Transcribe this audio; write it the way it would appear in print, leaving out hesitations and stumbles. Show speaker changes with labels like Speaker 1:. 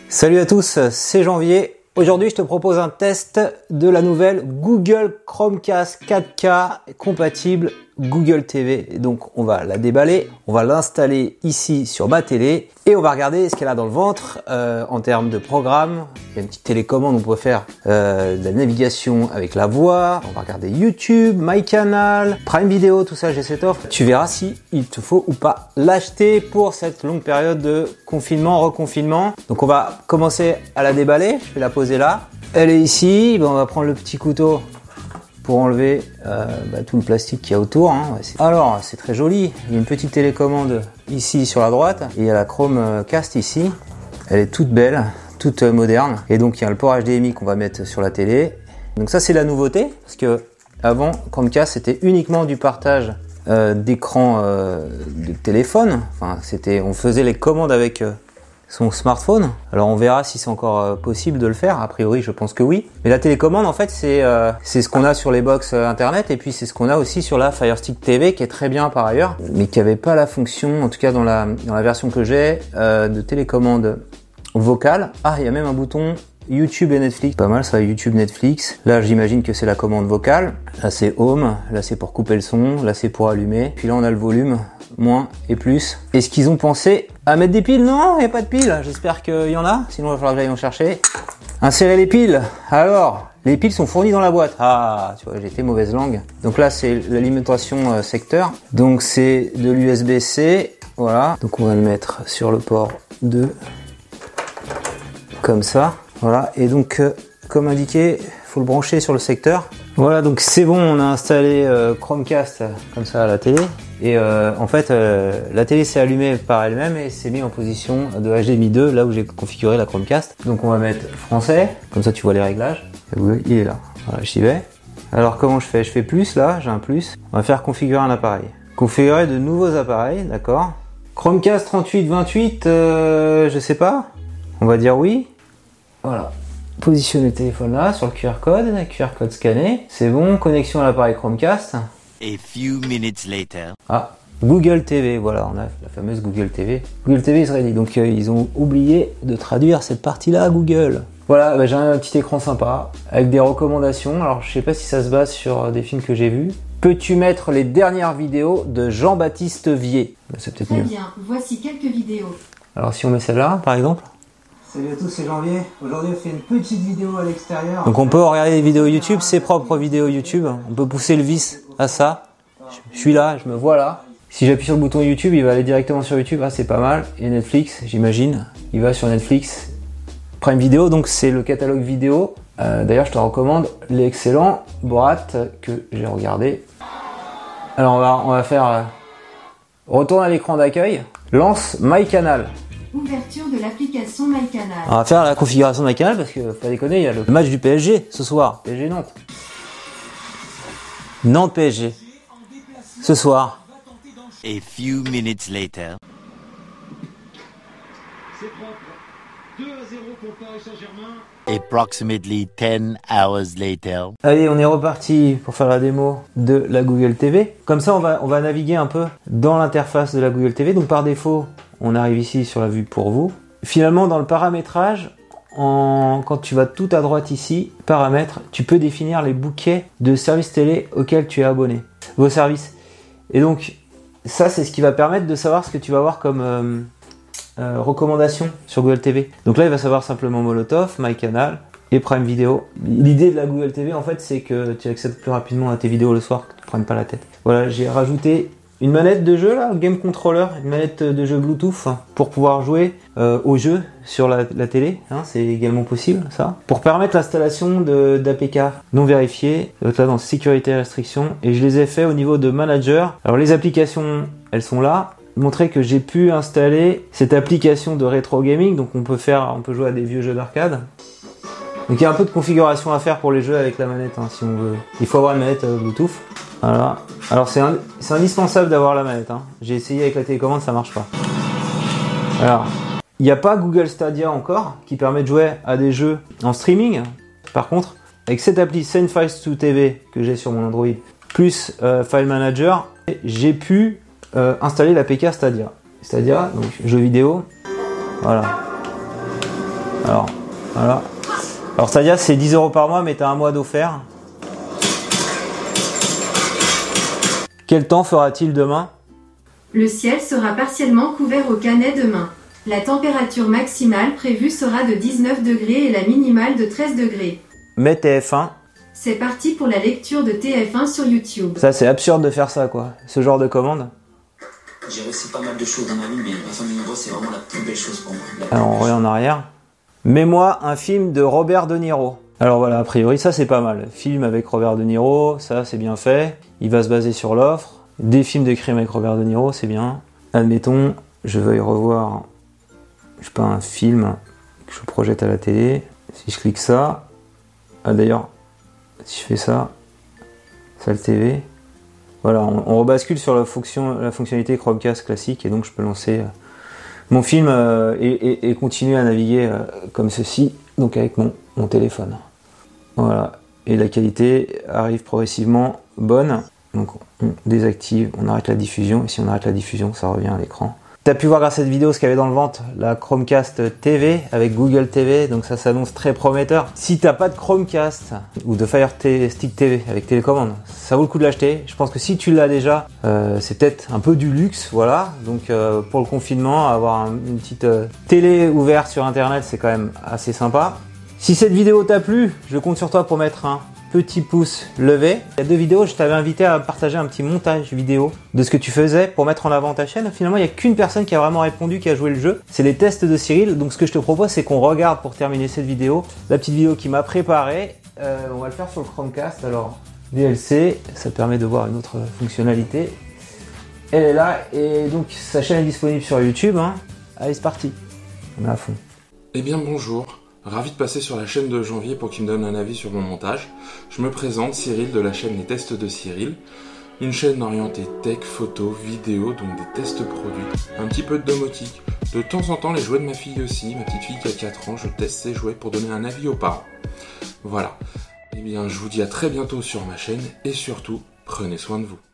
Speaker 1: Salut à tous, c'est Janvier. Aujourd'hui, je te propose un test de la nouvelle Google Chromecast 4K compatible Google TV. Donc, on va la déballer, on va l'installer ici sur ma télé et on va regarder ce qu'elle a dans le ventre en termes de programme. Il y a une petite télécommande, on peut faire de la navigation avec la voix. On va regarder YouTube, MyCanal, Prime Video, tout ça, j'ai cette offre. Tu verras si il te faut ou pas l'acheter pour cette longue période de confinement, reconfinement. Donc, on va commencer à la déballer. Je vais la poser là. Elle est ici. On va prendre le petit couteau pour enlever tout le plastique qu'il y a autour. Alors, c'est très joli. Il y a une petite télécommande ici sur la droite. Et il y a la Chromecast ici. Elle est toute belle, toute moderne. Et donc, il y a le port HDMI qu'on va mettre sur la télé. Donc ça, c'est la nouveauté. Parce que avant, Chromecast, c'était uniquement du partage d'écran de téléphone. Enfin, on faisait les commandes avec son smartphone. Alors on verra si c'est encore possible de le faire. A priori, je pense que oui. Mais la télécommande, en fait, c'est ce qu'on a sur les box internet et puis c'est ce qu'on a aussi sur la Fire Stick TV qui est très bien par ailleurs, mais qui avait pas la fonction, en tout cas dans la version que j'ai, de télécommande vocale. Ah, il y a même un bouton YouTube et Netflix. Pas mal ça, YouTube, Netflix. Là, j'imagine que c'est la commande vocale. Là, c'est Home. Là, c'est pour couper le son. Là, c'est pour allumer. Puis là, on a le volume, moins et plus. Est-ce qu'ils ont pensé à mettre des piles? Non, il n'y a pas de piles. J'espère qu'il y en a. Sinon, il va falloir que j'aille en chercher. Insérer les piles. Alors, les piles sont fournies dans la boîte. Ah, tu vois, j'ai été mauvaise langue. Donc là, c'est l'alimentation secteur. Donc, c'est de l'USB-C. Voilà. Donc, on va le mettre sur le port 2. Comme ça. Voilà, et donc comme indiqué, faut le brancher sur le secteur. Voilà, donc c'est bon, on a installé Chromecast comme ça à la télé. Et en fait, la télé s'est allumée par elle-même et s'est mise en position de HDMI 2, là où j'ai configuré la Chromecast. Donc on va mettre français, comme ça tu vois les réglages. Il est là, voilà, j'y vais. Alors comment je fais? Je fais plus là, j'ai un plus. On va faire configurer un appareil. Configurer de nouveaux appareils, d'accord. Chromecast 3828, je sais pas. On va dire oui. Voilà. Positionner le téléphone là sur le QR code scanné. C'est bon, connexion à l'appareil Chromecast.
Speaker 2: A few minutes later.
Speaker 1: Ah, Google TV, voilà, on a la fameuse Google TV. Google TV is ready. Donc ils ont oublié de traduire cette partie-là à Google. Voilà, j'ai un petit écran sympa avec des recommandations. Alors je sais pas si ça se base sur des films que j'ai vus. Peux-tu mettre les dernières vidéos de Jean-Baptiste Vier? C'est peut-être mieux.
Speaker 3: Très bien, voici quelques vidéos.
Speaker 1: Alors si on met celle-là, par exemple.
Speaker 4: Salut à tous, c'est Janvier. Aujourd'hui, on fait une petite vidéo à l'extérieur.
Speaker 1: Donc on peut regarder des vidéos YouTube, ses propres vidéos YouTube. On peut pousser le vis à ça. Je suis là, je me vois là. Si j'appuie sur le bouton YouTube, il va aller directement sur YouTube. Ah, c'est pas mal. Et Netflix, j'imagine. Il va sur Netflix. Prime Video, donc c'est le catalogue vidéo. D'ailleurs, je te recommande l'excellent Borat que j'ai regardé. Alors on va faire retourne à l'écran d'accueil. Lance MyCanal.
Speaker 3: Ouverture de l'application MyCanal.
Speaker 1: On va faire la configuration de MyCanal parce que, pas déconner, il y a le match du PSG ce soir. PSG Nantes. Nantes PSG. Ce soir.
Speaker 2: A few minutes later.
Speaker 5: C'est propre. 2-0 pour Paris Saint-Germain.
Speaker 2: Approximately 10 hours later.
Speaker 1: Allez, on est reparti pour faire la démo de la Google TV. Comme ça, on va naviguer un peu dans l'interface de la Google TV. Donc par défaut, on arrive ici sur la vue pour vous. Finalement, dans le paramétrage, quand tu vas tout à droite ici, paramètres, tu peux définir les bouquets de services télé auxquels tu es abonné. Vos services. Et donc, ça, c'est ce qui va permettre de savoir ce que tu vas avoir comme recommandations sur Google TV. Donc là, il va savoir simplement Molotov, MyCanal et Prime Video. L'idée de la Google TV, en fait, c'est que tu accèdes plus rapidement à tes vidéos le soir, que tu ne prennes pas la tête. Voilà, j'ai rajouté une manette de jeu là, Game Controller, une manette de jeu Bluetooth pour pouvoir jouer au jeu sur la télé, c'est également possible ça. Pour permettre l'installation d'APK non vérifiés, donc là dans sécurité et restrictions, et je les ai fait au niveau de manager. Alors les applications, elles sont là. Montrer que j'ai pu installer cette application de rétro gaming, donc on peut jouer à des vieux jeux d'arcade. Donc il y a un peu de configuration à faire pour les jeux avec la manette si on veut. Il faut avoir une manette Bluetooth. Voilà. Alors c'est indispensable d'avoir la manette. J'ai essayé avec la télécommande, ça marche pas. Alors, il n'y a pas Google Stadia encore qui permet de jouer à des jeux en streaming. Par contre, avec cette appli Send Files to TV que j'ai sur mon Android, plus File Manager, j'ai pu installer l'APK Stadia. Stadia, donc jeux vidéo. Voilà. Alors, voilà. Alors Stadia c'est 10 € par mois, mais t'as un mois d'offert. Quel temps fera-t-il demain?
Speaker 3: Le ciel sera partiellement couvert au Canet demain. La température maximale prévue sera de 19 degrés et la minimale de 13 degrés.
Speaker 1: Mets TF1.
Speaker 3: C'est parti pour la lecture de TF1 sur YouTube.
Speaker 1: Ça c'est absurde de faire ça quoi, ce genre de commande.
Speaker 6: J'ai réussi pas mal de choses dans ma vie, mais la famille nombreuse c'est vraiment la plus belle chose pour moi.
Speaker 1: Alors on revient en arrière. Mets-moi un film de Robert De Niro. Alors voilà, a priori ça c'est pas mal. Film avec Robert De Niro, ça c'est bien fait. Il va se baser sur l'offre. Des films de crime avec Robert De Niro, c'est bien. Admettons, je veuille revoir, je sais pas, un film que je projette à la télé. Si je clique ça, ah d'ailleurs, si je fais ça, salle TV, voilà, on rebascule sur la fonctionnalité Chromecast classique et donc je peux lancer mon film et continuer à naviguer comme ceci, donc avec mon téléphone. Voilà, et la qualité arrive progressivement bonne. Donc on désactive, on arrête la diffusion, et si on arrête la diffusion, ça revient à l'écran. Tu as pu voir grâce à cette vidéo ce qu'il y avait dans le ventre, la Chromecast TV avec Google TV, donc ça s'annonce très prometteur. Si t'as pas de Chromecast ou de Fire Stick TV avec télécommande, ça vaut le coup de l'acheter. Je pense que si tu l'as déjà, c'est peut-être un peu du luxe, voilà. Donc pour le confinement, avoir une petite télé ouverte sur internet, c'est quand même assez sympa. Si cette vidéo t'a plu, je compte sur toi pour mettre un petit pouce levé. Il y a 2 vidéos, je t'avais invité à partager un petit montage vidéo de ce que tu faisais pour mettre en avant ta chaîne. Finalement, il n'y a qu'une personne qui a vraiment répondu, qui a joué le jeu. C'est les tests de Cyril. Donc ce que je te propose, c'est qu'on regarde pour terminer cette vidéo, la petite vidéo qu'il m'a préparée. On va le faire sur le Chromecast. Alors, DLC, ça permet de voir une autre fonctionnalité. Elle est là et donc sa chaîne est disponible sur YouTube. Hein. Allez, c'est parti. On est à fond.
Speaker 7: Eh bien bonjour, ravi de passer sur la chaîne de Janvier pour qu'il me donne un avis sur mon montage. Je me présente, Cyril de la chaîne Les Tests de Cyril, une chaîne orientée tech, photo, vidéo, donc des tests produits, un petit peu de domotique. De temps en temps les jouets de ma fille aussi, ma petite fille qui a 4 ans, je teste ses jouets pour donner un avis aux parents. Voilà, eh bien je vous dis à très bientôt sur ma chaîne et surtout, prenez soin de vous.